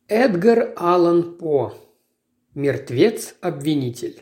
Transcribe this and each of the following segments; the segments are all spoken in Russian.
Эдгар Аллан По. Мертвец-обвинитель.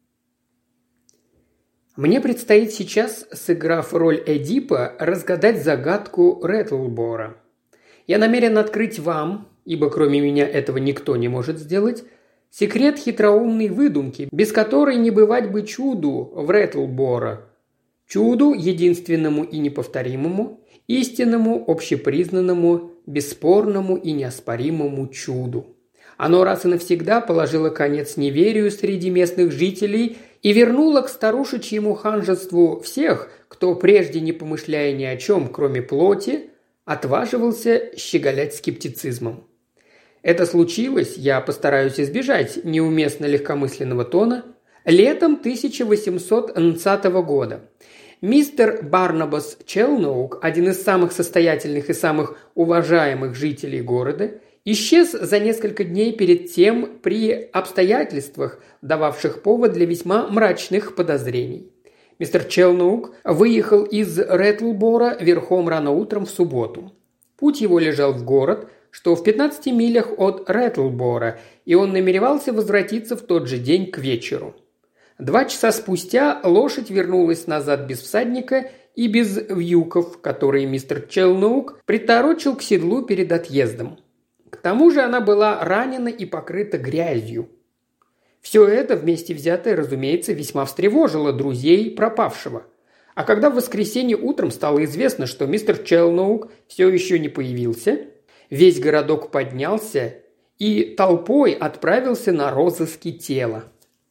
Мне предстоит сейчас, сыграв роль Эдипа, разгадать загадку Реттлбора. Я намерен открыть вам, ибо кроме меня этого никто не может сделать, секрет хитроумной выдумки, без которой не бывать бы чуду в Реттлбора. Чуду, единственному и неповторимому, истинному, общепризнанному, бесспорному и неоспоримому чуду. Оно раз и навсегда положило конец неверию среди местных жителей и вернуло к старушечьему ханжеству всех, кто, прежде не помышляя ни о чем, кроме плоти, отваживался щеголять скептицизмом. Это случилось, я постараюсь избежать неуместно легкомысленного тона, летом 1800 года. Мистер Барнабас Челноук, один из самых состоятельных и самых уважаемых жителей города, исчез за несколько дней перед тем при обстоятельствах, дававших повод для весьма мрачных подозрений. Мистер Челноук выехал из Реттлбора верхом рано утром в субботу. Путь его лежал в город, что в 15 милях от Реттлбора, и он намеревался возвратиться в тот же день к вечеру. 2 часа спустя лошадь вернулась назад без всадника и без вьюков, которые мистер Челноук приторочил к седлу перед отъездом. К тому же она была ранена и покрыта грязью. Все это вместе взятое, разумеется, весьма встревожило друзей пропавшего. А когда в воскресенье утром стало известно, что мистер Челноук все еще не появился, весь городок поднялся и толпой отправился на розыски тела.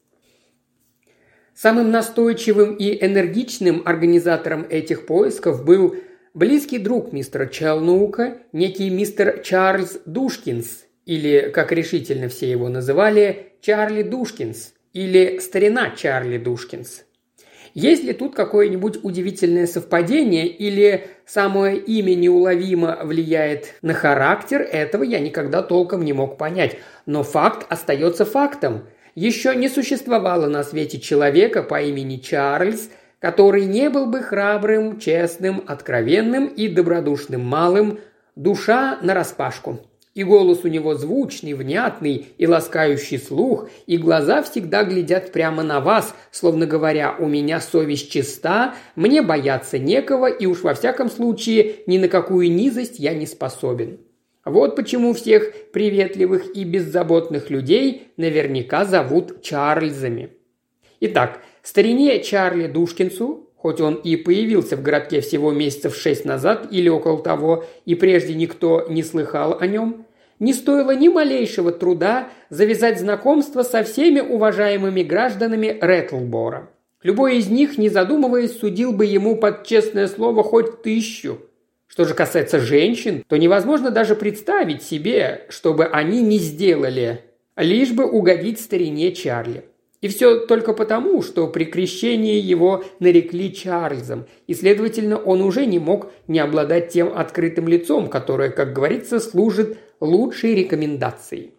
Самым настойчивым и энергичным организатором этих поисков был близкий друг мистера Челноука, некий мистер Чарльз Душкинс, или, как решительно все его называли, Чарли Душкинс, или старина Чарли Душкинс. Есть ли тут какое-нибудь удивительное совпадение или самое имя неуловимо влияет на характер, этого я никогда толком не мог понять. Но факт остается фактом. Еще не существовало на свете человека по имени Чарльз, который не был бы храбрым, честным, откровенным и добродушным малым, душа нараспашку. И голос у него звучный, внятный и ласкающий слух, и глаза всегда глядят прямо на вас, словно говоря: «У меня совесть чиста, мне бояться некого, и уж во всяком случае ни на какую низость я не способен». Вот почему всех приветливых и беззаботных людей наверняка зовут Чарльзами. Итак, старине Чарли Душкинсу, хоть он и появился в городке всего месяцев 6 назад или около того, и прежде никто не слыхал о нем, не стоило ни малейшего труда завязать знакомство со всеми уважаемыми гражданами Реттлбора. Любой из них, не задумываясь, судил бы ему под честное слово хоть 1000. Что же касается женщин, то невозможно даже представить себе, чтобы они не сделали, лишь бы угодить старине Чарли. И все только потому, что при крещении его нарекли Чарльзом, и, следовательно, он уже не мог не обладать тем открытым лицом, которое, как говорится, служит лучшей рекомендацией.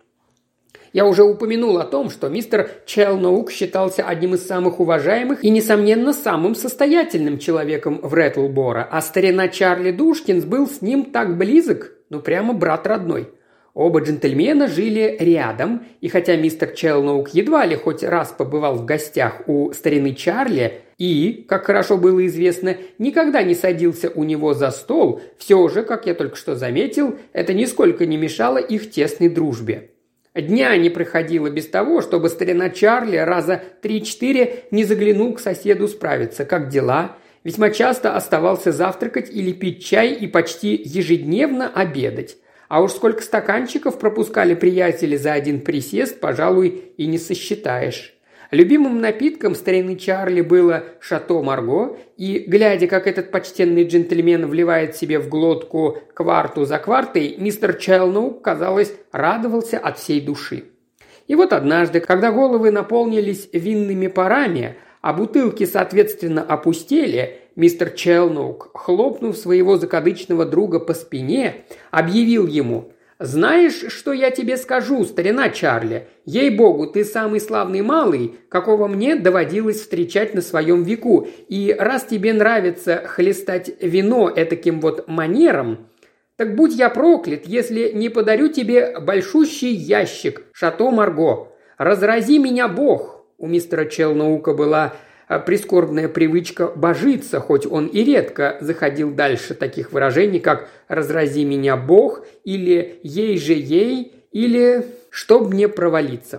Я уже упомянул о том, что мистер Челноук считался одним из самых уважаемых и, несомненно, самым состоятельным человеком в Реттлбора, а старина Чарли Душкинс был с ним так близок, прямо брат родной. Оба джентльмена жили рядом, и хотя мистер Челноук едва ли хоть раз побывал в гостях у старины Чарли и, как хорошо было известно, никогда не садился у него за стол, все же, как я только что заметил, это нисколько не мешало их тесной дружбе. Дня не проходило без того, чтобы старина Чарли раза 3-4 не заглянул к соседу справиться, как дела, весьма часто оставался завтракать или пить чай и почти ежедневно обедать. А уж сколько стаканчиков пропускали приятели за один присест, пожалуй, и не сосчитаешь. Любимым напитком старины Чарли было «Шато Марго», и, глядя, как этот почтенный джентльмен вливает себе в глотку кварту за квартой, мистер Челноук, казалось, радовался от всей души. И вот однажды, когда головы наполнились винными парами, а бутылки, соответственно, опустели, мистер Челноук, хлопнув своего закадычного друга по спине, объявил ему: «Знаешь, что я тебе скажу, старина Чарли? Ей-богу, ты самый славный малый, какого мне доводилось встречать на своем веку, и раз тебе нравится хлестать вино этаким вот манером, Так будь я проклят, если не подарю тебе большущий ящик «Шато Марго». Разрази меня Бог!» У мистера Челноука была прискорбная привычка божиться, хоть он и редко заходил дальше таких выражений, как «разрази меня Бог» или «ей же ей» или «чтоб мне провалиться».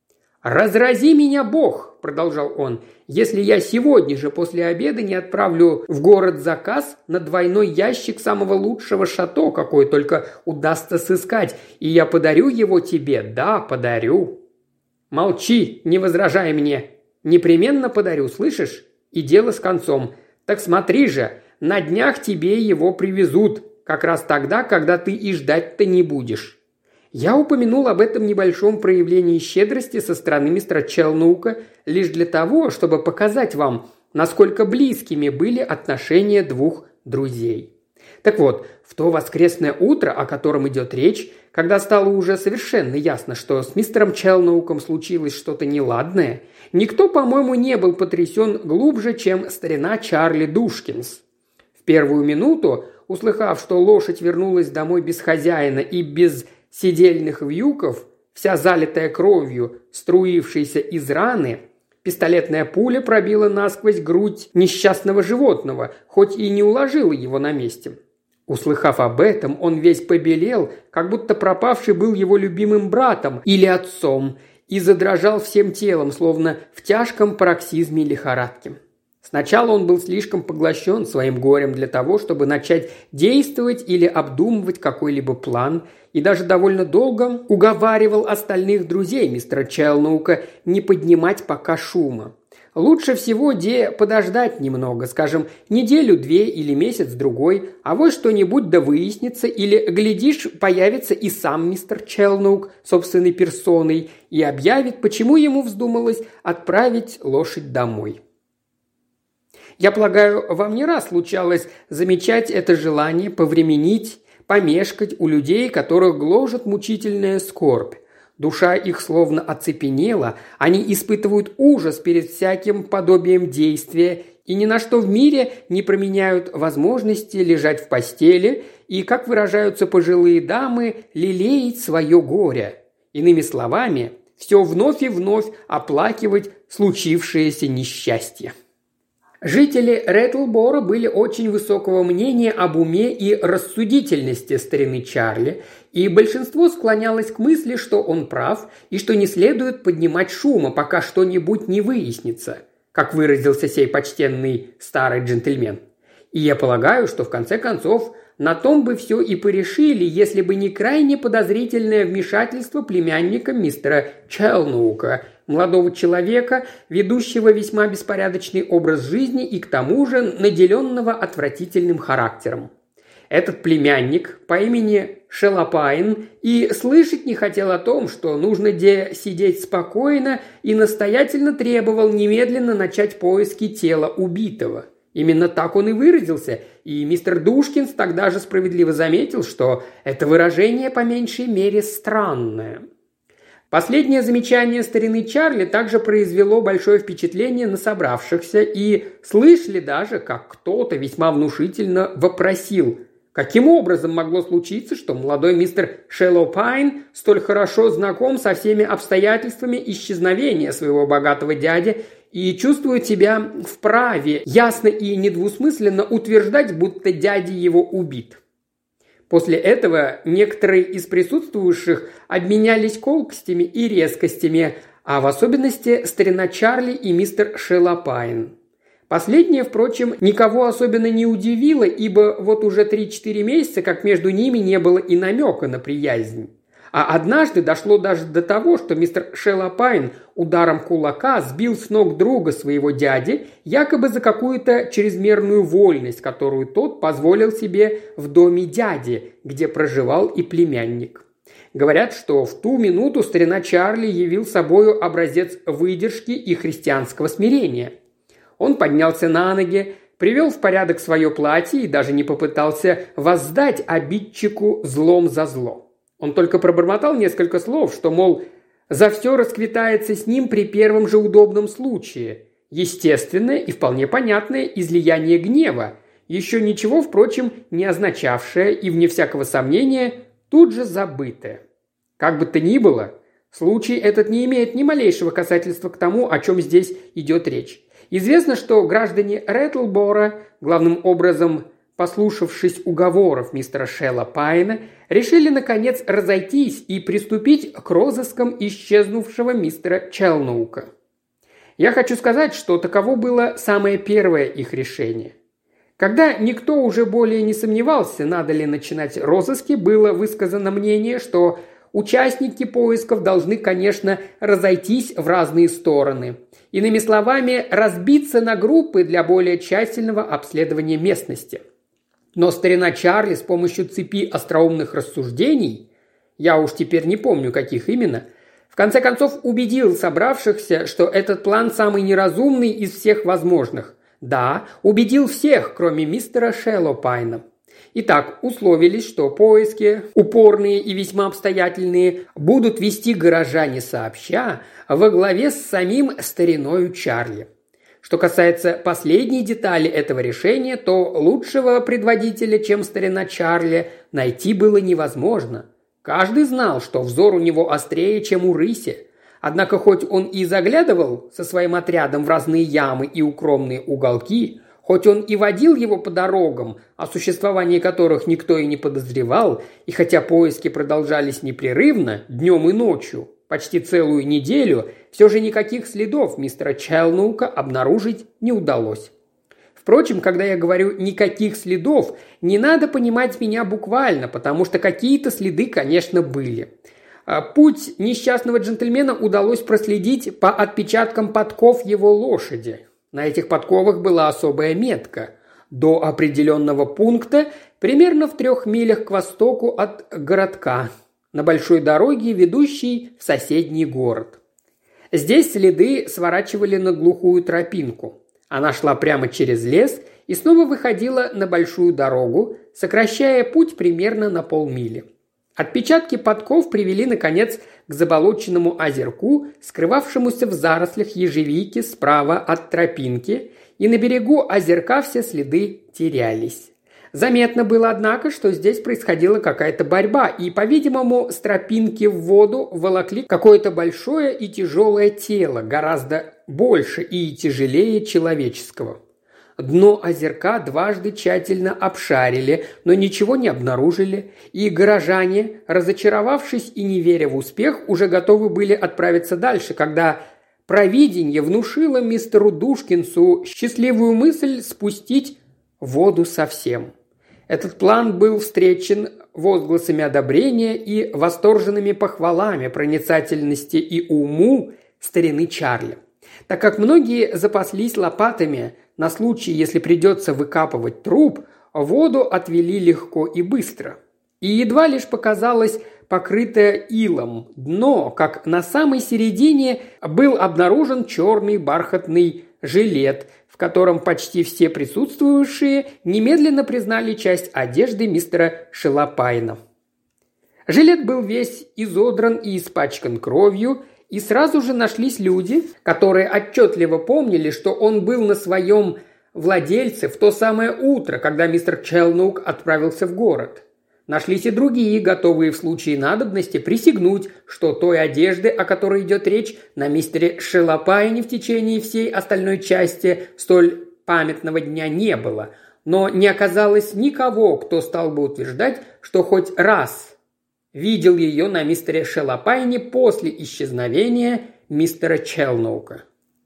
«Разрази меня Бог!» – продолжал он, – «если я сегодня же после обеда не отправлю в город заказ на двойной ящик самого лучшего шато, какой только удастся сыскать, и я подарю его тебе, да, подарю». «Молчи, не возражай мне. Непременно подарю, слышишь? И дело с концом. Так смотри же, на днях тебе его привезут, как раз тогда, когда ты и ждать-то не будешь». Я упомянул об этом небольшом проявлении щедрости со стороны мистера Челноука лишь для того, чтобы показать вам, насколько близкими были отношения двух друзей. Так вот, в то воскресное утро, о котором идет речь, когда стало уже совершенно ясно, что с мистером Челноуком случилось что-то неладное, никто, по-моему, не был потрясен глубже, чем старина Чарли Душкинс. В первую минуту, услыхав, что лошадь вернулась домой без хозяина и без седельных вьюков, вся залитая кровью, струившейся из раны, пистолетная пуля пробила насквозь грудь несчастного животного, хоть и не уложила его на месте. Услыхав об этом, он весь побелел, как будто пропавший был его любимым братом или отцом, и задрожал всем телом, словно в тяжком пароксизме лихорадки. Сначала он был слишком поглощен своим горем для того, чтобы начать действовать или обдумывать какой-либо план, и даже довольно долго уговаривал остальных друзей мистера Челноука не поднимать пока шума. Лучше всего подождать немного, скажем, неделю-две или месяц-другой, а вот что-нибудь да выяснится, или, глядишь, появится и сам мистер Челноук собственной персоной и объявит, почему ему вздумалось отправить лошадь домой. Я полагаю, вам не раз случалось замечать это желание повременить, помешкать у людей, которых гложет мучительная скорбь. Душа их словно оцепенела, они испытывают ужас перед всяким подобием действия и ни на что в мире не променяют возможности лежать в постели и, как выражаются пожилые дамы, лелеять свое горе. Иными словами, все вновь и вновь оплакивать случившееся несчастье. Жители Рэтлборо были очень высокого мнения об уме и рассудительности старины Чарли, и большинство склонялось к мысли, что он прав и что не следует поднимать шума, пока что-нибудь не выяснится, как выразился сей почтенный старый джентльмен. И я полагаю, что в конце концов на том бы все и порешили, если бы не крайне подозрительное вмешательство племянника мистера Челноука, молодого человека, ведущего весьма беспорядочный образ жизни и к тому же наделенного отвратительным характером. Этот племянник по имени Шелопайн и слышать не хотел о том, что нужно сидеть спокойно, и настоятельно требовал немедленно начать поиски тела убитого. Именно так он и выразился, и мистер Душкинс тогда же справедливо заметил, что это выражение по меньшей мере странное. Последнее замечание старины Чарли также произвело большое впечатление на собравшихся, и слышали даже, как кто-то весьма внушительно вопросил, каким образом могло случиться, что молодой мистер Шелопайн столь хорошо знаком со всеми обстоятельствами исчезновения своего богатого дяди и чувствует себя вправе ясно и недвусмысленно утверждать, будто дядя его убит. После этого некоторые из присутствующих обменялись колкостями и резкостями, а в особенности старина Чарли и мистер Шелопайн. Последнее, впрочем, никого особенно не удивило, ибо вот уже 3-4 месяца, как между ними не было и намека на приязнь. А однажды дошло даже до того, что мистер Шелопайн ударом кулака сбил с ног друга своего дяди, якобы за какую-то чрезмерную вольность, которую тот позволил себе в доме дяди, где проживал и племянник. Говорят, что в ту минуту старина Чарли явил собою образец выдержки и христианского смирения. Он поднялся на ноги, привел в порядок свое платье и даже не попытался воздать обидчику злом за зло. Он только пробормотал несколько слов, что, мол, за все расквитается с ним при первом же удобном случае. Естественное и вполне понятное излияние гнева, еще ничего, впрочем, не означавшее и, вне всякого сомнения, тут же забытое. Как бы то ни было, случай этот не имеет ни малейшего касательства к тому, о чем здесь идет речь. Известно, что граждане Реттлбора, главным образом послушавшись уговоров мистера Шеллопайна, решили, наконец, разойтись и приступить к розыскам исчезнувшего мистера Челноука. Я хочу сказать, что таково было самое первое их решение. Когда никто уже более не сомневался, надо ли начинать розыски, было высказано мнение, что участники поисков должны, конечно, разойтись в разные стороны. Иными словами, разбиться на группы для более тщательного обследования местности. Но старина Чарли с помощью цепи остроумных рассуждений, я уж теперь не помню, каких именно, в конце концов убедил собравшихся, что этот план самый неразумный из всех возможных. Да, убедил всех, кроме мистера Шеллопайна. Итак, условились, что поиски, упорные и весьма обстоятельные, будут вести горожане сообща во главе с самим стариною Чарли. Что касается последней детали этого решения, то лучшего предводителя, чем старина Чарли, найти было невозможно. Каждый знал, что взор у него острее, чем у рыси. Однако хоть он и заглядывал со своим отрядом в разные ямы и укромные уголки, хоть он и водил его по дорогам, о существовании которых никто и не подозревал, и хотя поиски продолжались непрерывно, днем и ночью, почти целую неделю, все же никаких следов мистера Челноука обнаружить не удалось. Впрочем, когда я говорю «никаких следов», не надо понимать меня буквально, потому что какие-то следы, конечно, были. Путь несчастного джентльмена удалось проследить по отпечаткам подков его лошади. На этих подковах была особая метка. До определенного пункта, примерно в 3 милях к востоку от городка, на большой дороге, ведущей в соседний город. Здесь следы сворачивали на глухую тропинку. Она шла прямо через лес и снова выходила на большую дорогу, сокращая путь примерно на полмили. Отпечатки подков привели, наконец, к заболоченному озерку, скрывавшемуся в зарослях ежевики справа от тропинки, и на берегу озерка все следы терялись. Заметно было, однако, что здесь происходила какая-то борьба, и, по-видимому, с тропинки в воду волокли какое-то большое и тяжелое тело, гораздо больше и тяжелее человеческого. Дно озерка дважды тщательно обшарили, но ничего не обнаружили, и горожане, разочаровавшись и не веря в успех, уже готовы были отправиться дальше, когда провидение внушило мистеру Душкинсу счастливую мысль спустить воду совсем. Этот план был встречен возгласами одобрения и восторженными похвалами проницательности и уму старины Чарли. Так как многие запаслись лопатами на случай, если придется выкапывать труп, воду отвели легко и быстро. И едва лишь показалось покрытое илом дно, как на самой середине был обнаружен черный бархатный жилет, в котором почти все присутствующие немедленно признали часть одежды мистера Шеллопайна. Жилет был весь изодран и испачкан кровью, и сразу же нашлись люди, которые отчетливо помнили, что он был на своем владельце в то самое утро, когда мистер Челноук отправился в город. Нашлись и другие, готовые в случае надобности присягнуть, что той одежды, о которой идет речь, на мистере Шеллопайне в течение всей остальной части столь памятного дня не было, но не оказалось никого, кто стал бы утверждать, что хоть раз видел ее на мистере Шеллопайне после исчезновения мистера Челноука.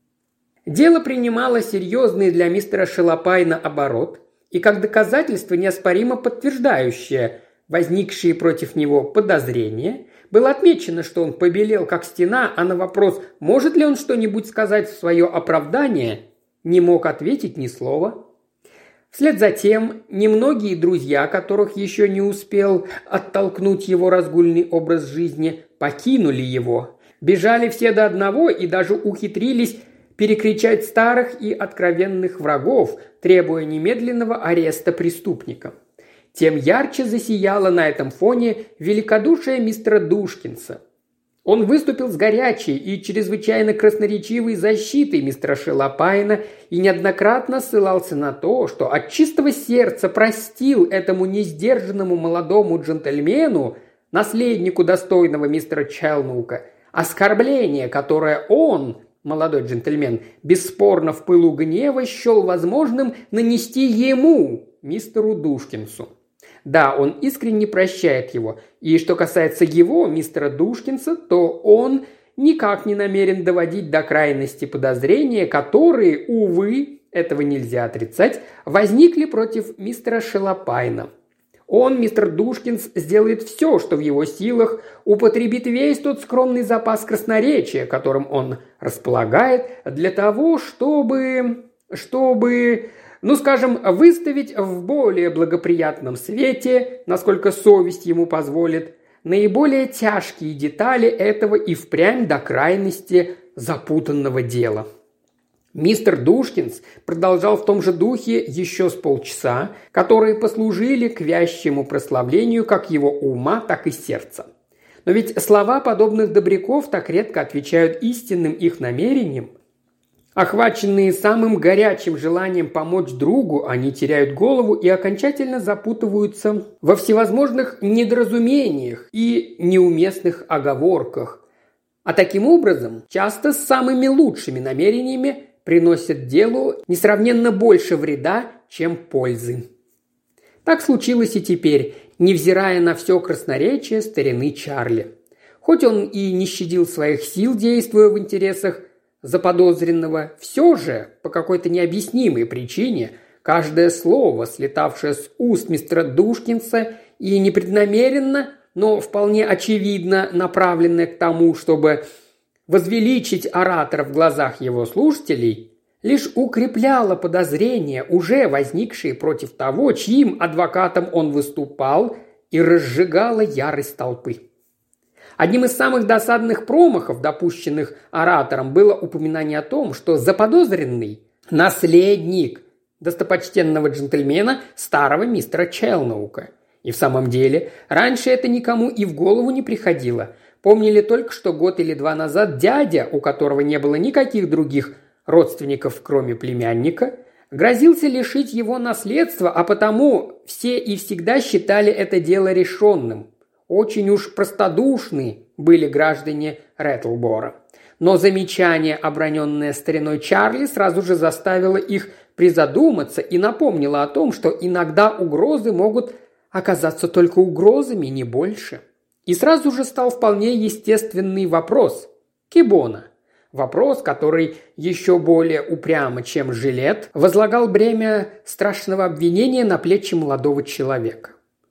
Дело принимало серьезный для мистера Шеллопайна оборот, и как доказательство, неоспоримо подтверждающее возникшие против него подозрения, было отмечено, что он побелел как стена, а на вопрос, может ли он что-нибудь сказать в свое оправдание, не мог ответить ни слова. Вслед за тем немногие друзья, которых еще не успел оттолкнуть его разгульный образ жизни, покинули его. Бежали все до одного и даже ухитрились перекричать старых и откровенных врагов, требуя немедленного ареста преступника. Тем ярче засияло на этом фоне великодушие мистера Душкинса. Он выступил с горячей и чрезвычайно красноречивой защитой мистера Шелопайна и неоднократно ссылался на то, что от чистого сердца простил этому несдержанному молодому джентльмену, наследнику достойного мистера Челнука, оскорбление, которое он, молодой джентльмен, бесспорно в пылу гнева счел возможным нанести ему, мистеру Душкинсу. Да, он искренне прощает его, и что касается его, мистера Душкинса, то он никак не намерен доводить до крайности подозрения, которые, увы, этого нельзя отрицать, возникли против мистера Шелопайна. Он, мистер Душкинс, сделает все, что в его силах, употребит весь тот скромный запас красноречия, которым он располагает, для того, чтобы, выставить в более благоприятном свете, насколько совесть ему позволит, наиболее тяжкие детали этого и впрямь до крайности запутанного дела. Мистер Душкинс продолжал в том же духе еще с полчаса, которые послужили к вящему прославлению как его ума, так и сердца. Но ведь слова подобных добряков так редко отвечают истинным их намерениям. Охваченные самым горячим желанием помочь другу, они теряют голову и окончательно запутываются во всевозможных недоразумениях и неуместных оговорках. А таким образом, часто с самыми лучшими намерениями приносят делу несравненно больше вреда, чем пользы. Так случилось и теперь, невзирая на все красноречие старины Чарли. Хоть он и не щадил своих сил, действуя в интересах заподозренного, все же, по какой-то необъяснимой причине, каждое слово, слетавшее с уст мистера Душкинса и непреднамеренно, но вполне очевидно направленное к тому, чтобы возвеличить оратора в глазах его слушателей, лишь укрепляло подозрения, уже возникшие против того, чьим адвокатом он выступал, и разжигало ярость толпы. Одним из самых досадных промахов, допущенных оратором, было упоминание о том, что заподозренный – наследник достопочтенного джентльмена старого мистера Челноука. И в самом деле, раньше это никому и в голову не приходило. Помнили только, что год или два назад дядя, у которого не было никаких других родственников, кроме племянника, грозился лишить его наследства, а потому все и всегда считали это дело решенным. Очень уж простодушны были граждане Реттлбора. Но замечание, оброненное стариной Чарли, сразу же заставило их призадуматься и напомнило о том, что иногда угрозы могут оказаться только угрозами, не больше. И сразу же стал вполне естественный вопрос – Кибона. Вопрос, который еще более упрямо, чем жилет, возлагал бремя страшного обвинения на плечи молодого человека.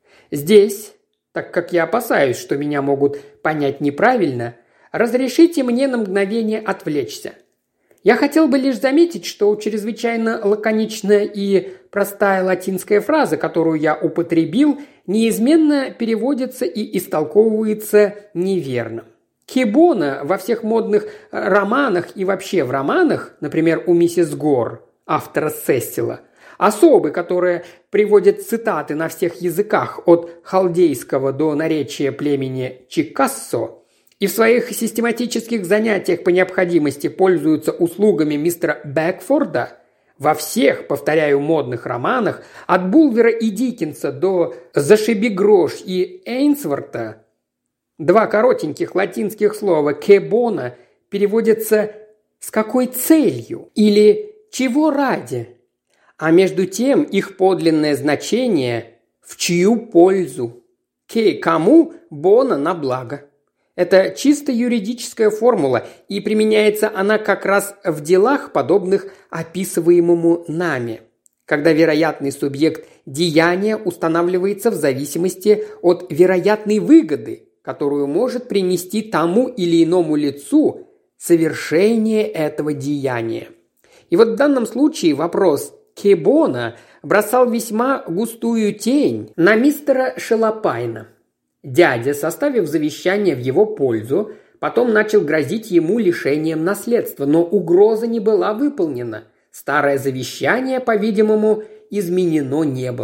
Здесь, так как я опасаюсь, что меня могут понять неправильно, разрешите мне на мгновение отвлечься. Я хотел бы лишь заметить, что чрезвычайно лаконичная и простая латинская фраза, которую я употребил, неизменно переводится и истолковывается неверно. Кибона во всех модных романах и вообще в романах, например, у миссис Гор, автора Сесила, особы, которые приводят цитаты на всех языках от халдейского до наречия племени Чикассо, и в своих систематических занятиях по необходимости пользуются услугами мистера Бэкфорда, во всех, повторяю, модных романах, от Булвера и Диккенса до Зашибигрош и Эйнсворта, два коротеньких латинских слова «кебона» переводятся «с какой целью» или «чего ради», а между тем их подлинное значение «в чью пользу». «Ке» – кому, «бона» – на благо. Это чисто юридическая формула, и применяется она как раз в делах, подобных описываемому нами, когда вероятный субъект деяния устанавливается в зависимости от вероятной выгоды, которую может принести тому или иному лицу совершение этого деяния. И вот в данном случае вопрос Кебона бросал весьма густую тень на мистера Шелопайна. Дядя, составив завещание в его пользу, потом начал грозить ему лишением наследства, но угроза не была выполнена. Старое завещание, по-видимому, изменено не было.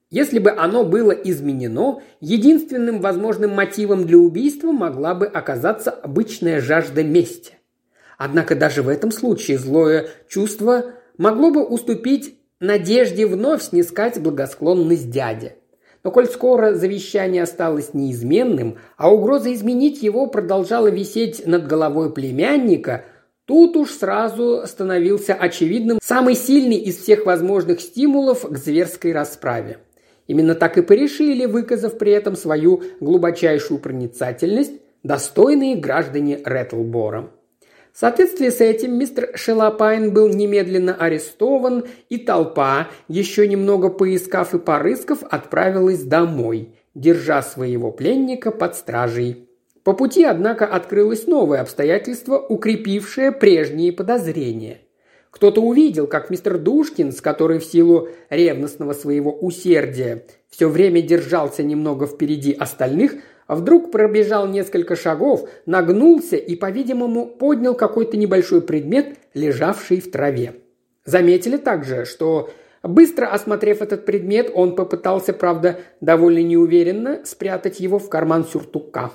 Если бы оно было изменено, единственным возможным мотивом для убийства могла бы оказаться обычная жажда мести. Однако даже в этом случае злое чувство могло бы уступить надежде вновь снискать благосклонность дяди. Но коль скоро завещание осталось неизменным, а угроза изменить его продолжала висеть над головой племянника, тут уж сразу становился очевидным самый сильный из всех возможных стимулов к зверской расправе. Именно так и порешили, выказав при этом свою глубочайшую проницательность, достойные граждане Реттлбора. В соответствии с этим мистер Шелопайн был немедленно арестован, и толпа, еще немного поискав и порыскав, отправилась домой, держа своего пленника под стражей. По пути, однако, открылось новое обстоятельство, укрепившее прежние подозрения. Кто-то увидел, как мистер Душкинс, который в силу ревностного своего усердия все время держался немного впереди остальных, вдруг пробежал несколько шагов, нагнулся и, по-видимому, поднял какой-то небольшой предмет, лежавший в траве. Заметили также, что, быстро осмотрев этот предмет, он попытался, правда, довольно неуверенно спрятать его в карман сюртука.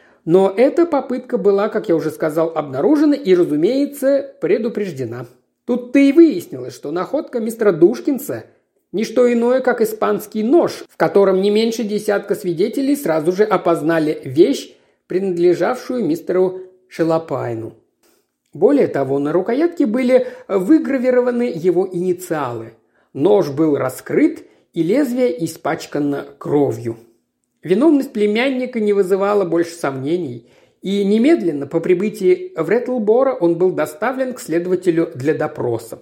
Но эта попытка была, как я уже сказал, обнаружена и, разумеется, предупреждена. Тут-то и выяснилось, что находка мистера Душкинса – не что иное, как испанский нож, в котором не меньше десятка свидетелей сразу же опознали вещь, принадлежавшую мистеру Шелопайну. Более того, на рукоятке были выгравированы его инициалы. Нож был раскрыт, и лезвие испачкано кровью. Виновность племянника не вызывала больше сомнений, и немедленно по прибытии в Реттлборо он был доставлен к следователю для допроса.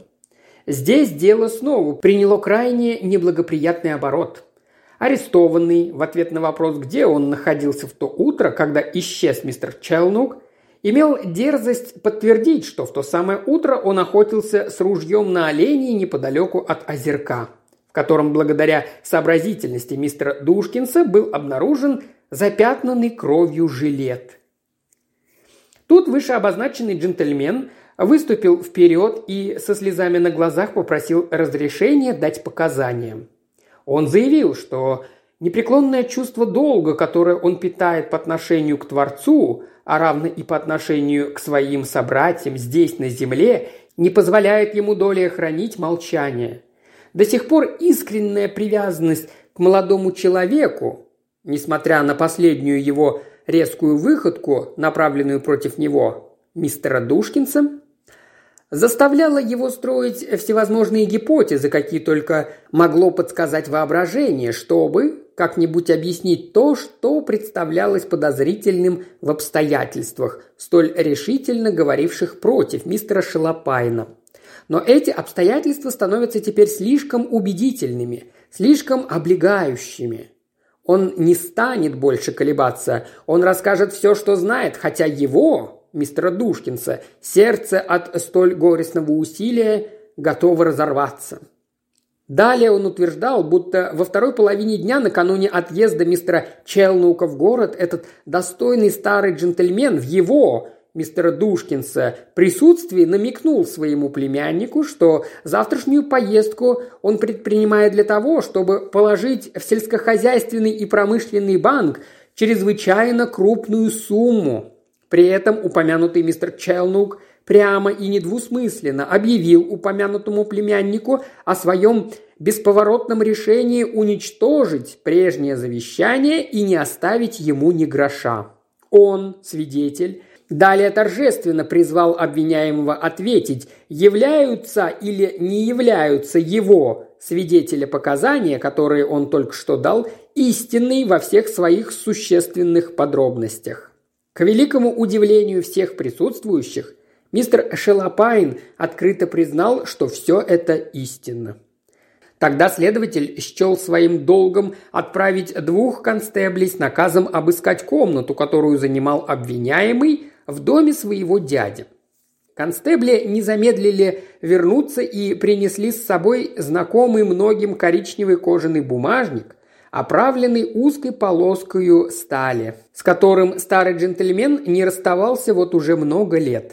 Здесь дело снова приняло крайне неблагоприятный оборот. Арестованный, в ответ на вопрос, где он находился в то утро, когда исчез мистер Челнук, имел дерзость подтвердить, что в то самое утро он охотился с ружьем на оленей неподалеку от озерка, в котором благодаря сообразительности мистера Душкинса был обнаружен запятнанный кровью жилет. Тут вышеобозначенный джентльмен выступил вперед и со слезами на глазах попросил разрешения дать показания. Он заявил, что непреклонное чувство долга, которое он питает по отношению к Творцу, а равно и по отношению к своим собратьям здесь, на земле, не позволяет ему долее хранить молчание. До сих пор искренняя привязанность к молодому человеку, несмотря на последнюю его резкую выходку, направленную против него, мистера Душкинса, заставляла его строить всевозможные гипотезы, какие только могло подсказать воображение, чтобы как-нибудь объяснить то, что представлялось подозрительным в обстоятельствах, столь решительно говоривших против мистера Шелопайна. Но эти обстоятельства становятся теперь слишком убедительными, слишком облегающими. Он не станет больше колебаться, он расскажет все, что знает, хотя его, мистера Душкинса, сердце от столь горестного усилия готово разорваться. Далее он утверждал, будто во второй половине дня накануне отъезда мистера Челнука в город этот достойный старый джентльмен в его, мистера Душкинса, присутствии намекнул своему племяннику, что завтрашнюю поездку он предпринимает для того, чтобы положить в сельскохозяйственный и промышленный банк чрезвычайно крупную сумму. При этом упомянутый мистер Челнук прямо и недвусмысленно объявил упомянутому племяннику о своем бесповоротном решении уничтожить прежнее завещание и не оставить ему ни гроша. Он, свидетель, далее торжественно призвал обвиняемого ответить, являются или не являются его, свидетеля, показания, которые он только что дал, истинные во всех своих существенных подробностях. К великому удивлению всех присутствующих, мистер Шелопайн открыто признал, что все это истинно. Тогда следователь счел своим долгом отправить 2 констеблей с наказом обыскать комнату, которую занимал обвиняемый, в доме своего дяди. Констебли не замедлили вернуться и принесли с собой знакомый многим коричневый кожаный бумажник, оправленный узкой полоскою стали, с которым старый джентльмен не расставался вот уже много лет.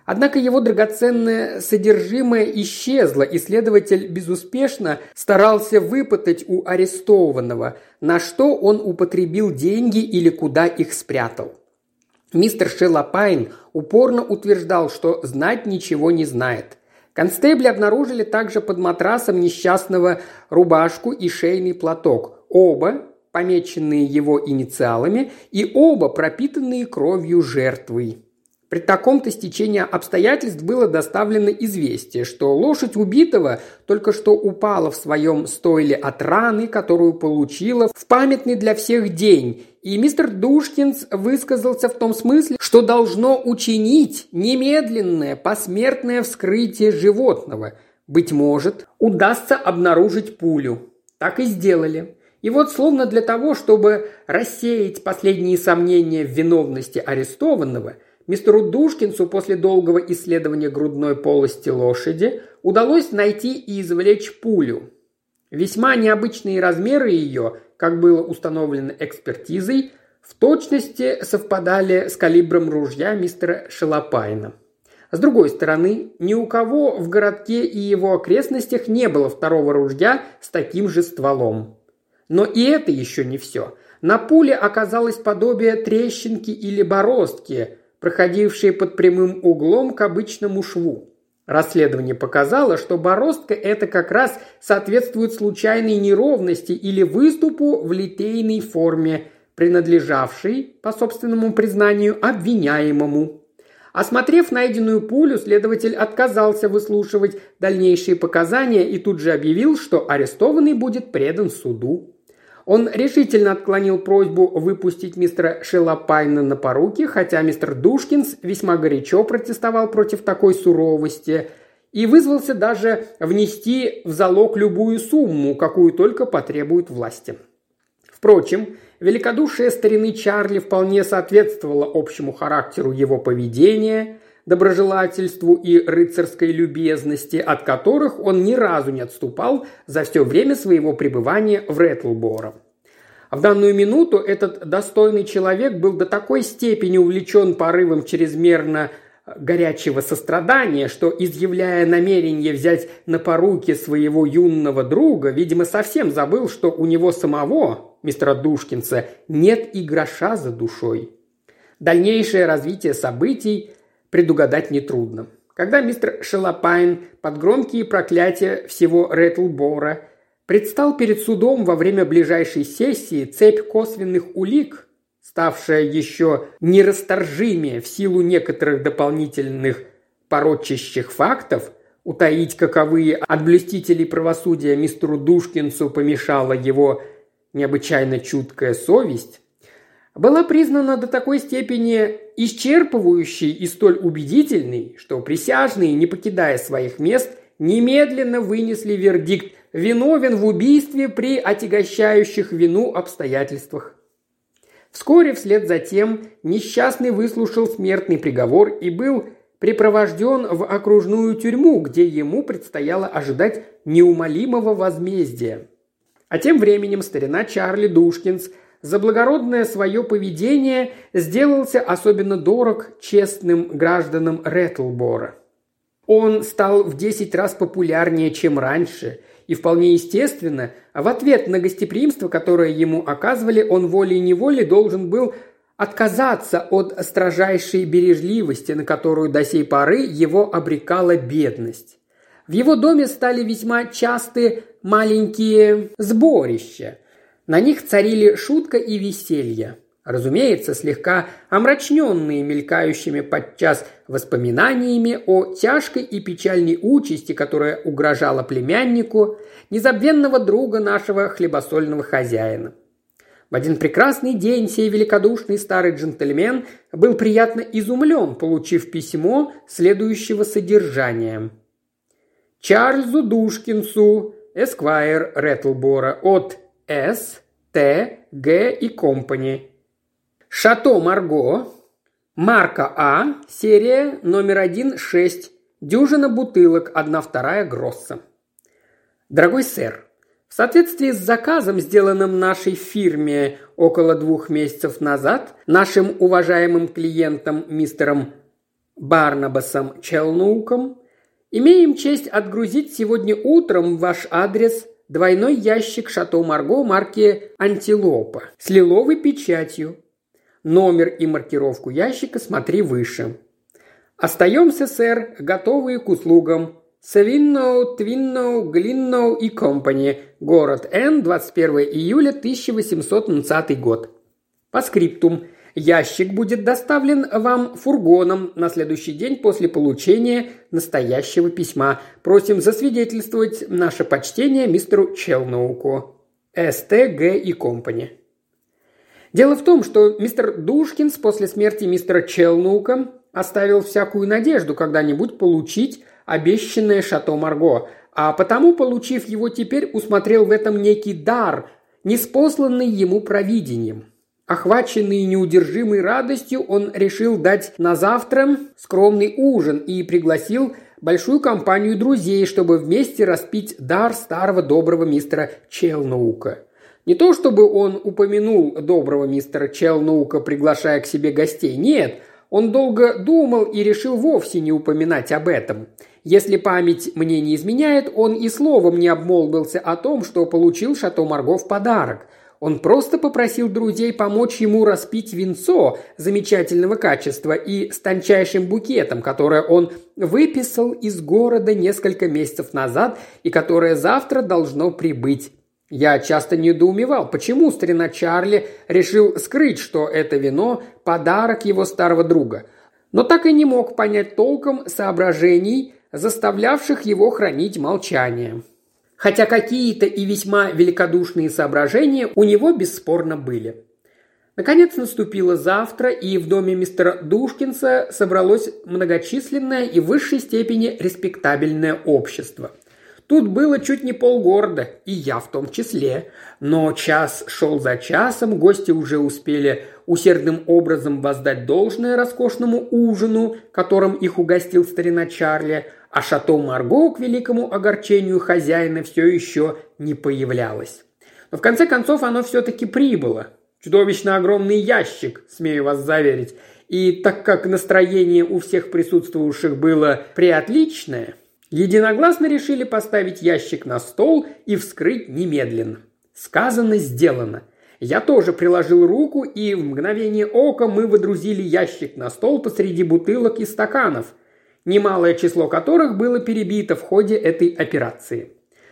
Однако его драгоценное содержимое исчезло, и следователь безуспешно старался выпытать у арестованного, на что он употребил деньги или куда их спрятал. Мистер Шелопайн упорно утверждал, что знать ничего не знает. Констебли обнаружили также под матрасом несчастного рубашку и шейный платок, оба помеченные его инициалами и оба пропитанные кровью жертвы. При таком-то стечении обстоятельств было доставлено известие, что лошадь убитого только что упала в своем стойле от раны, которую получила в памятный для всех день, и мистер Душкинс высказался в том смысле, что должно учинить немедленное посмертное вскрытие животного. Быть может, удастся обнаружить пулю. Так и сделали. И вот словно для того, чтобы рассеять последние сомнения в виновности арестованного, мистеру Душкинсу после долгого исследования грудной полости лошади удалось найти и извлечь пулю. Весьма необычные размеры ее, как было установлено экспертизой, в точности совпадали с калибром ружья мистера Шелопайна. С другой стороны, ни у кого в городке и его окрестностях не было второго ружья с таким же стволом. Но и это еще не все. На пуле оказалось подобие трещинки или бороздки, проходившие под прямым углом к обычному шву. Расследование показало, что бороздка эта как раз соответствует случайной неровности или выступу в литейной форме, принадлежавшей, по собственному признанию, обвиняемому. Осмотрев найденную пулю, следователь отказался выслушивать дальнейшие показания и тут же объявил, что арестованный будет предан суду. Он решительно отклонил просьбу выпустить мистера Шелопайна на поруки, хотя мистер Душкинс весьма горячо протестовал против такой суровости и вызвался даже внести в залог любую сумму, какую только потребуют власти. Впрочем, великодушие старины Чарли вполне соответствовало общему характеру его поведения, доброжелательству и рыцарской любезности, от которых он ни разу не отступал за все время своего пребывания в Рэтлборо. В данную минуту этот достойный человек был до такой степени увлечен порывом чрезмерно горячего сострадания, что, изъявляя намерение взять на поруки своего юного друга, видимо, совсем забыл, что у него самого, мистера Душкинса, нет и гроша за душой. Дальнейшее развитие событий предугадать нетрудно. Когда мистер Шелопайн под громкие проклятия всего Рэтлборо предстал перед судом во время ближайшей сессии, цепь косвенных улик, ставшая еще нерасторжимее в силу некоторых дополнительных порочащих фактов, утаить каковые от блюстителей правосудия мистеру Душкинсу помешала его необычайно чуткая совесть, была признана до такой степени исчерпывающей и столь убедительной, что присяжные, не покидая своих мест, немедленно вынесли вердикт «виновен в убийстве при отягощающих вину обстоятельствах». Вскоре вслед за тем несчастный выслушал смертный приговор и был припровожден в окружную тюрьму, где ему предстояло ожидать неумолимого возмездия. А тем временем старина Чарли Душкинс за благородное свое поведение сделался особенно дорог честным гражданам Рэтлборо. Он стал в 10 раз популярнее, чем раньше, и вполне естественно, в ответ на гостеприимство, которое ему оказывали, он волей-неволей должен был отказаться от строжайшей бережливости, на которую до сей поры его обрекала бедность. В его доме стали весьма часты маленькие сборища. На них царили шутка и веселье. Разумеется, слегка омраченные мелькающими подчас воспоминаниями о тяжкой и печальной участи, которая угрожала племяннику, незабвенного друга нашего хлебосольного хозяина. В один прекрасный день сей великодушный старый джентльмен был приятно изумлен, получив письмо следующего содержания. Чарльзу Душкинсу, эсквайр Рэтлборо, от С. Т. Г. и Компани. Шато Марго, марка А, серия номер 1-6, дюжина бутылок, 1/2 Гросса. Дорогой сэр, в соответствии с заказом, сделанным нашей фирме около 2 месяцев назад, нашим уважаемым клиентом мистером Барнабасом Челноуком, имеем честь отгрузить сегодня утром в ваш адрес двойной ящик «Шато Марго» марки «Антилопа» с лиловой печатью. Номер и маркировку ящика смотри выше. Остаемся, сэр, готовые к услугам. Савинноу, Твинноу, Глинноу и Компани. Город Н. 21 июля 1820 год. По скриптум. Ящик будет доставлен вам фургоном на следующий день после получения настоящего письма. Просим засвидетельствовать наше почтение мистеру Челноуку. Ст.Г. и Компани. Дело в том, что мистер Душкинс после смерти мистера Челноука оставил всякую надежду когда-нибудь получить обещанное Шато Марго, а потому, получив его теперь, усмотрел в этом некий дар, ниспосланный ему провидением. Охваченный неудержимой радостью, он решил дать на завтра скромный ужин и пригласил большую компанию друзей, чтобы вместе распить дар старого доброго мистера Челноука. Не то чтобы он упомянул доброго мистера Челноука, приглашая к себе гостей, нет, он долго думал и решил вовсе не упоминать об этом. Если память мне не изменяет, он и словом не обмолвился о том, что получил Шато Марго в подарок. Он просто попросил друзей помочь ему распить винцо замечательного качества и с тончайшим букетом, которое он выписал из города несколько месяцев назад и которое завтра должно прибыть. Я часто недоумевал, почему старина Чарли решил скрыть, что это вино – подарок его старого друга, но так и не мог понять толком соображений, заставлявших его хранить молчание. Хотя какие-то и весьма великодушные соображения у него бесспорно были. Наконец наступило завтра, и в доме мистера Душкинса собралось многочисленное и в высшей степени респектабельное общество. Тут было чуть не полгорода, и я в том числе. Но час шел за часом, гости уже успели усердным образом воздать должное роскошному ужину, которым их угостил старина Чарли, а Шато Марго, к великому огорчению хозяина, все еще не появлялось. Но в конце концов оно все-таки прибыло. Чудовищно огромный ящик, смею вас заверить. И так как настроение у всех присутствующих было преотличное, единогласно решили поставить ящик на стол и вскрыть немедленно. Сказано, сделано. Я тоже приложил руку, и в мгновение ока мы водрузили ящик на стол посреди бутылок и стаканов, немалое число которых было перебито в ходе этой операции.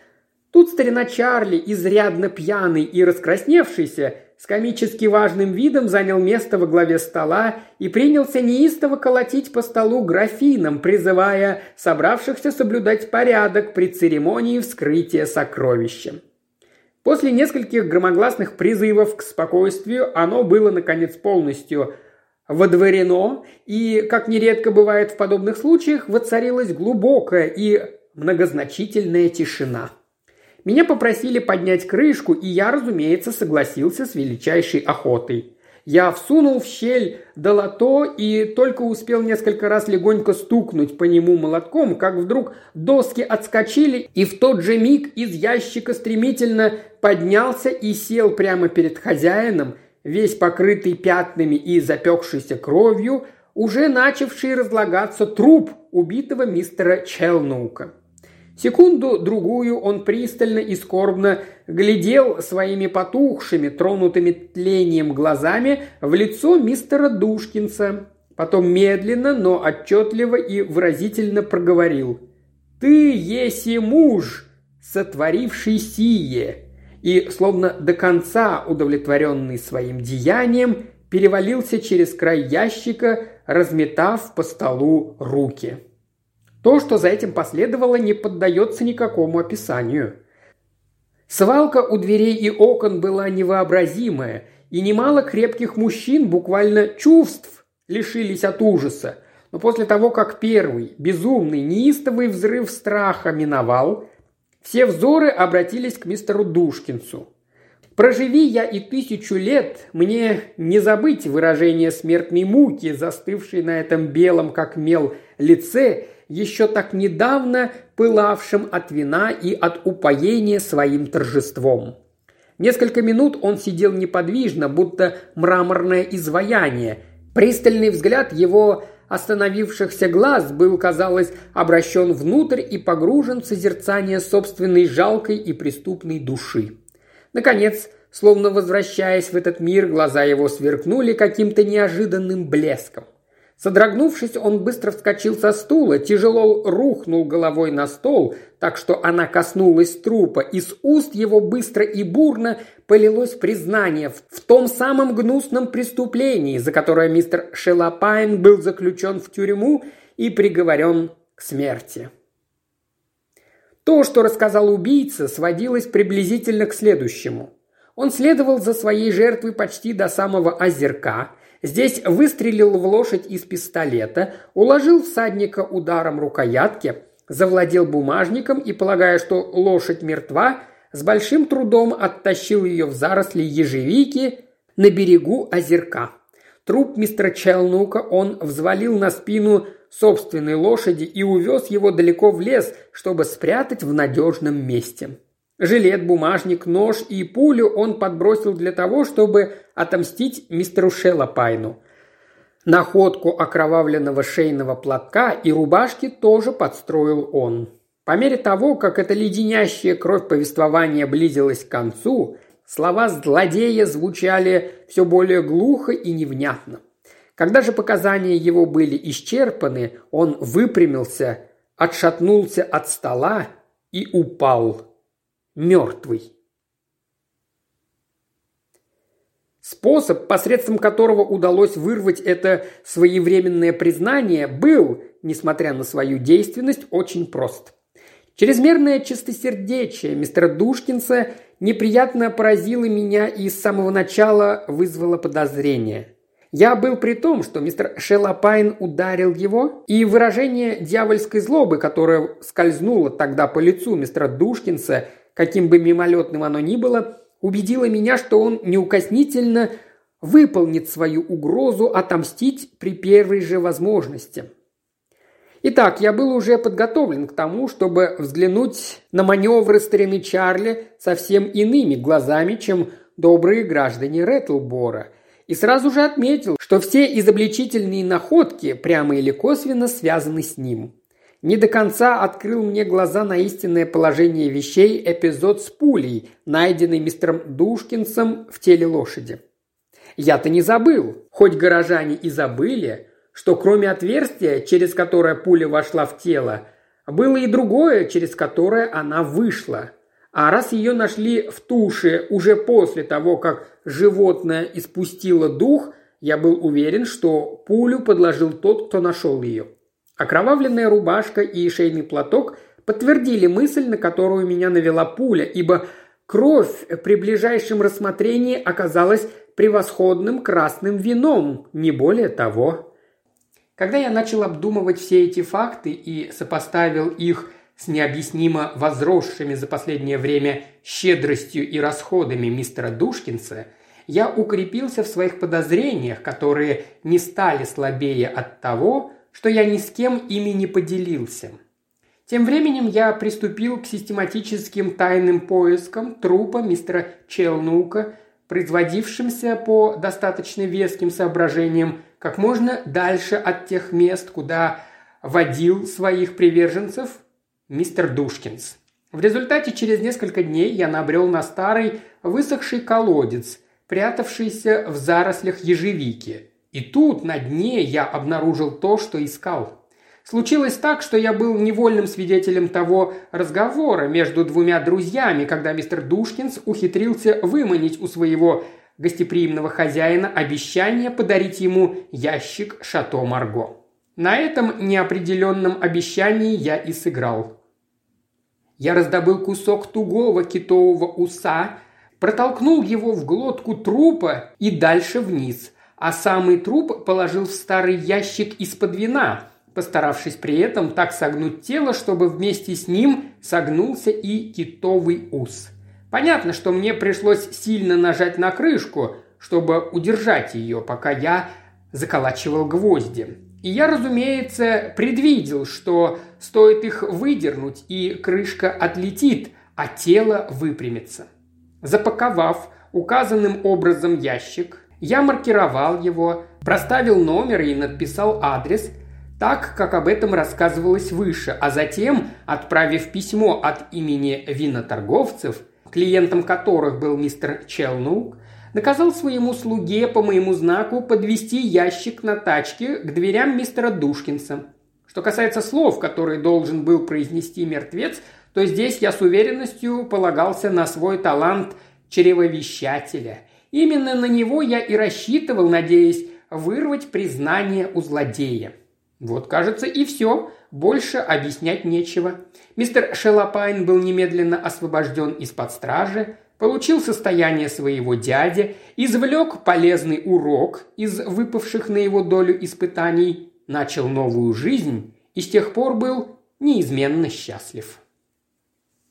Тут старина Чарли, изрядно пьяный и раскрасневшийся, с комически важным видом занял место во главе стола и принялся неистово колотить по столу графином, призывая собравшихся соблюдать порядок при церемонии вскрытия сокровища. После нескольких громогласных призывов к спокойствию оно было, наконец, полностью водворено, и, как нередко бывает в подобных случаях, воцарилась глубокая и многозначительная тишина. Меня попросили поднять крышку, и я, разумеется, согласился с величайшей охотой. Я всунул в щель долото и только успел несколько раз легонько стукнуть по нему молотком, как вдруг доски отскочили, и в тот же миг из ящика стремительно поднялся и сел прямо перед хозяином, весь покрытый пятнами и запекшейся кровью, уже начавший разлагаться труп убитого мистера Челноука. Секунду-другую он пристально и скорбно глядел своими потухшими, тронутыми тлением глазами в лицо мистера Душкинса. Потом медленно, но отчетливо и выразительно проговорил: «Ты еси муж, сотворивший сие!» И, словно до конца удовлетворенный своим деянием, перевалился через край ящика, разметав по столу руки. То, что за этим последовало, не поддается никакому описанию. Свалка у дверей и окон была невообразимая, и немало крепких мужчин буквально чувств лишились от ужаса. Но после того, как первый, безумный, неистовый взрыв страха миновал, все взоры обратились к мистеру Душкинсу. Проживи я и 1000 лет, мне не забыть выражение смертной муки, застывшей на этом белом, как мел, лице, еще так недавно пылавшим от вина и от упоения своим торжеством. Несколько минут он сидел неподвижно, будто мраморное изваяние. Пристальный взгляд его остановившихся глаз был, казалось, обращен внутрь и погружен в созерцание собственной жалкой и преступной души. Наконец, словно возвращаясь в этот мир, глаза его сверкнули каким-то неожиданным блеском. Содрогнувшись, он быстро вскочил со стула, тяжело рухнул головой на стол, так что она коснулась трупа, и с уст его быстро и бурно полилось признание в том самом гнусном преступлении, за которое мистер Шелопайн был заключен в тюрьму и приговорен к смерти. То, что рассказал убийца, сводилось приблизительно к следующему. Он следовал за своей жертвой почти до самого озерка. Здесь выстрелил в лошадь из пистолета, уложил всадника ударом рукоятки, завладел бумажником и, полагая, что лошадь мертва, с большим трудом оттащил ее в заросли ежевики на берегу озерка. Труп мистера Челнука он взвалил на спину собственной лошади и увез его далеко в лес, чтобы спрятать в надежном месте. Жилет, бумажник, нож и пулю он подбросил для того, чтобы отомстить мистеру Шелопайну. Находку окровавленного шейного платка и рубашки тоже подстроил он. По мере того, как это леденящее кровь повествование близилось к концу, слова злодея звучали все более глухо и невнятно. Когда же показания его были исчерпаны, он выпрямился, отшатнулся от стола и упал. Мертвый. Способ, посредством которого удалось вырвать это своевременное признание, был, несмотря на свою действенность, очень прост. Чрезмерное чистосердечие мистера Душкинса неприятно поразило меня и с самого начала вызвало подозрение. Я был при том, что мистер Шелопайн ударил его, и выражение дьявольской злобы, которое скользнуло тогда по лицу мистера Душкинса, каким бы мимолетным оно ни было, убедило меня, что он неукоснительно выполнит свою угрозу отомстить при первой же возможности. Итак, я был уже подготовлен к тому, чтобы взглянуть на маневры старины Чарли совсем иными глазами, чем добрые граждане Реттлбора, и сразу же отметил, что все изобличительные находки прямо или косвенно связаны с ним. Не до конца открыл мне глаза на истинное положение вещей эпизод с пулей, найденный мистером Душкинсом в теле лошади. Я-то не забыл, хоть горожане и забыли, что кроме отверстия, через которое пуля вошла в тело, было и другое, через которое она вышла. А раз ее нашли в туше уже после того, как животное испустило дух, я был уверен, что пулю подложил тот, кто нашел ее. Окровавленная рубашка и шейный платок подтвердили мысль, на которую меня навела пуля, ибо кровь при ближайшем рассмотрении оказалась превосходным красным вином, не более того. Когда я начал обдумывать все эти факты и сопоставил их с необъяснимо возросшими за последнее время щедростью и расходами мистера Душкинса, я укрепился в своих подозрениях, которые не стали слабее от того, что я ни с кем ими не поделился. Тем временем я приступил к систематическим тайным поискам трупа мистера Челнука, производившимся по достаточно веским соображениям как можно дальше от тех мест, куда водил своих приверженцев мистер Душкинс. В результате через несколько дней я набрел на старый высохший колодец, прятавшийся в зарослях ежевики. И тут на дне я обнаружил то, что искал. Случилось так, что я был невольным свидетелем того разговора между двумя друзьями, когда мистер Душкинс ухитрился выманить у своего гостеприимного хозяина обещание подарить ему ящик «Шато Марго». На этом неопределенном обещании я и сыграл. Я раздобыл кусок тугого китового уса, протолкнул его в глотку трупа и дальше вниз, а самый труп положил в старый ящик из-под вина, постаравшись при этом так согнуть тело, чтобы вместе с ним согнулся и китовый ус. Понятно, что мне пришлось сильно нажать на крышку, чтобы удержать ее, пока я заколачивал гвозди. И я, разумеется, предвидел, что стоит их выдернуть, и крышка отлетит, а тело выпрямится. Запаковав указанным образом ящик, я маркировал его, проставил номер и надписал адрес, так, как об этом рассказывалось выше, а затем, отправив письмо от имени виноторговцев, клиентом которых был мистер Челнук, наказал своему слуге по моему знаку подвести ящик на тачке к дверям мистера Душкинса. Что касается слов, которые должен был произнести мертвец, то здесь я с уверенностью полагался на свой талант чревовещателя. Именно на него я и рассчитывал, надеясь вырвать признание у злодея. Вот, кажется, и все. Больше объяснять нечего. Мистер Шелопайн был немедленно освобожден из-под стражи, получил состояние своего дяди, извлек полезный урок из выпавших на его долю испытаний, начал новую жизнь и с тех пор был неизменно счастлив.